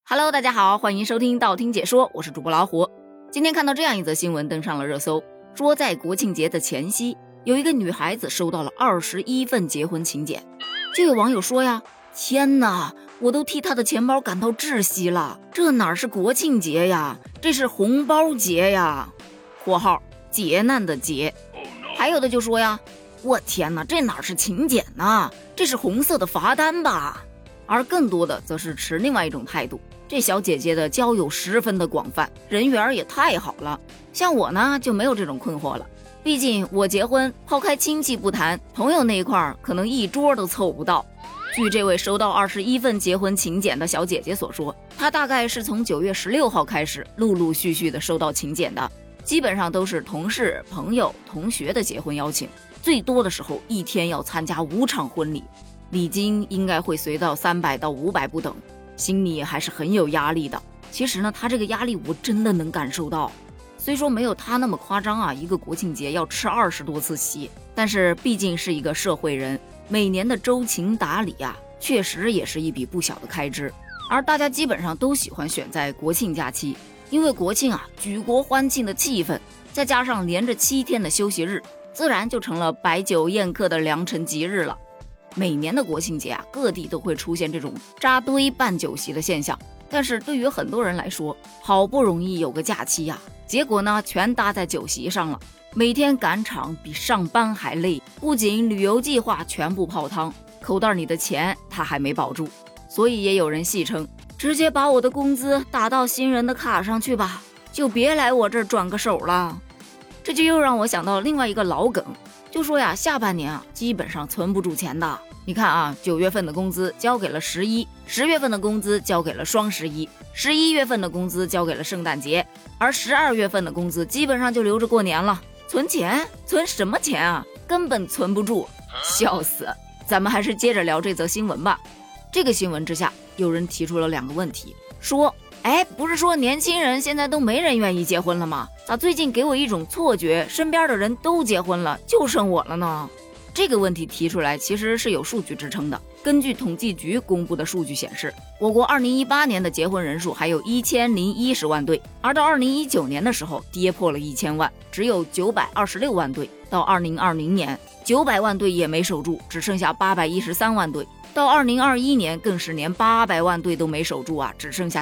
Hello， 大家好，欢迎收听道听解说，我是主播老虎。今天看到这样一则新闻登上了热搜，说在国庆节的前夕，有一个女孩子收到了21份结婚请柬。就有网友说呀，天哪，我都替她的钱包感到窒息了，这哪是国庆节呀，这是红包节呀（括号劫难的劫）。还有的就说呀，我天哪，这哪是请柬呢，这是红色的罚单吧。而更多的则是持另外一种态度，这小姐姐的交友十分的广泛，人缘也太好了。像我呢就没有这种困惑了，毕竟我结婚抛开亲戚不谈，朋友那一块可能一桌都凑不到。据这位收到21份结婚请柬的小姐姐所说，她大概是从9月16号开始陆陆续续的收到请柬的，基本上都是同事、朋友、同学的结婚邀请，最多的时候一天要参加5场婚礼，礼金应该会随到300到500不等，心里还是很有压力的。其实呢，他这个压力我真的能感受到，虽说没有他那么夸张啊，一个国庆节要吃20多次席，但是毕竟是一个社会人，每年的周勤打理啊，确实也是一笔不小的开支。而大家基本上都喜欢选在国庆假期，因为国庆啊，举国欢庆的气氛，再加上连着7天的休息日，自然就成了摆酒宴客的良辰吉日了。每年的国庆节啊，各地都会出现这种扎堆办酒席的现象，但是对于很多人来说，好不容易有个假期呀，结果呢全搭在酒席上了，每天赶场比上班还累，不仅旅游计划全部泡汤，口袋里的钱他还没保住，所以也有人戏称，直接把我的工资打到新人的卡上去吧，就别来我这儿转个手了。这就又让我想到另外一个老梗，就说呀，下半年啊基本上存不住钱的。你看啊，9月份的工资交给了11，10月份的工资交给了双11，11月份的工资交给了圣诞节，而12月份的工资基本上就留着过年了。存钱？存什么钱啊？根本存不住，笑死！咱们还是接着聊这则新闻吧。这个新闻之下，有人提出了2个问题，说不是说年轻人现在都没人愿意结婚了吗？咋最近给我一种错觉，身边的人都结婚了，就剩我了呢？这个问题提出来其实是有数据支撑的。根据统计局公布的数据显示，我国2018年的结婚人数还有1010万对，而到2019年的时候跌破了1000万，只有926万对。到2020年900万对也没守住，只剩下813万对。到2021年更是连800万对都没守住啊，只剩下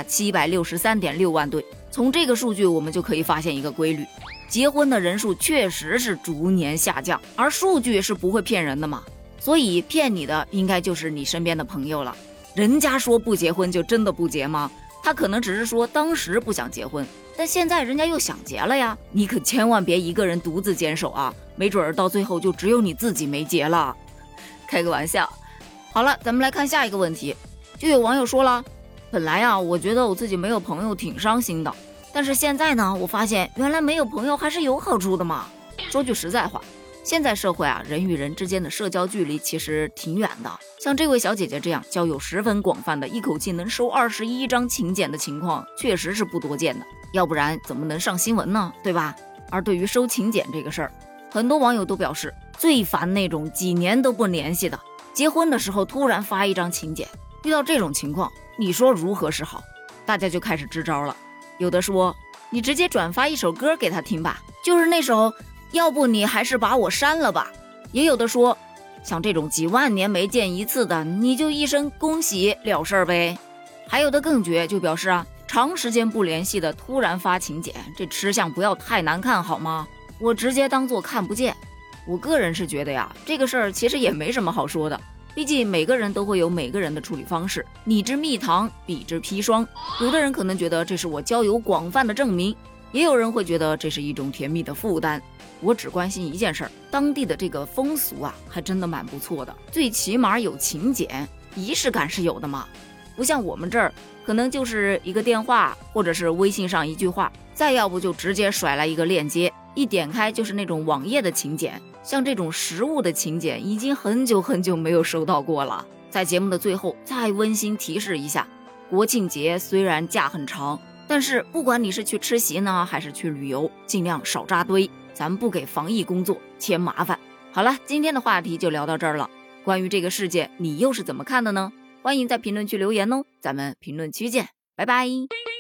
763.6万对。从这个数据我们就可以发现一个规律，结婚的人数确实是逐年下降，而数据是不会骗人的嘛，所以骗你的应该就是你身边的朋友了。人家说不结婚就真的不结吗？他可能只是说当时不想结婚，但现在人家又想结了呀，你可千万别一个人独自坚守啊，没准到最后就只有你自己没结了。开个玩笑。好了，咱们来看下一个问题。就有网友说了，本来啊，我觉得我自己没有朋友挺伤心的，但是现在呢，我发现原来没有朋友还是有好处的嘛。说句实在话，现在社会啊，人与人之间的社交距离其实挺远的。像这位小姐姐这样交友十分广泛的，一口气能收21张请柬的情况，确实是不多见的。要不然怎么能上新闻呢？对吧？而对于收请柬这个事儿，很多网友都表示最烦那种几年都不联系的，结婚的时候突然发一张请柬。遇到这种情况，你说如何是好？大家就开始支招了。有的说，你直接转发一首歌给他听吧，就是那首要不你还是把我删了吧。也有的说，像这种几万年没见一次的，你就一声恭喜了事儿呗。还有的更绝，就表示啊，长时间不联系的突然发请柬，这吃相不要太难看好吗？我直接当做看不见。我个人是觉得呀，这个事儿其实也没什么好说的，毕竟每个人都会有每个人的处理方式，你之蜜糖，彼之砒霜。有的人可能觉得这是我交友广泛的证明，也有人会觉得这是一种甜蜜的负担。我只关心一件事儿，当地的这个风俗啊，还真的蛮不错的，最起码有请柬，仪式感是有的嘛。不像我们这儿，可能就是一个电话，或者是微信上一句话，再要不就直接甩来一个链接，一点开就是那种网页的请柬。像这种实物的请柬，已经很久很久没有收到过了。在节目的最后，再温馨提示一下，国庆节虽然假很长，但是不管你是去吃席呢，还是去旅游，尽量少扎堆，咱不给防疫工作添麻烦。好了，今天的话题就聊到这儿了。关于这个事件，你又是怎么看的呢？欢迎在评论区留言哦，咱们评论区见。 拜拜。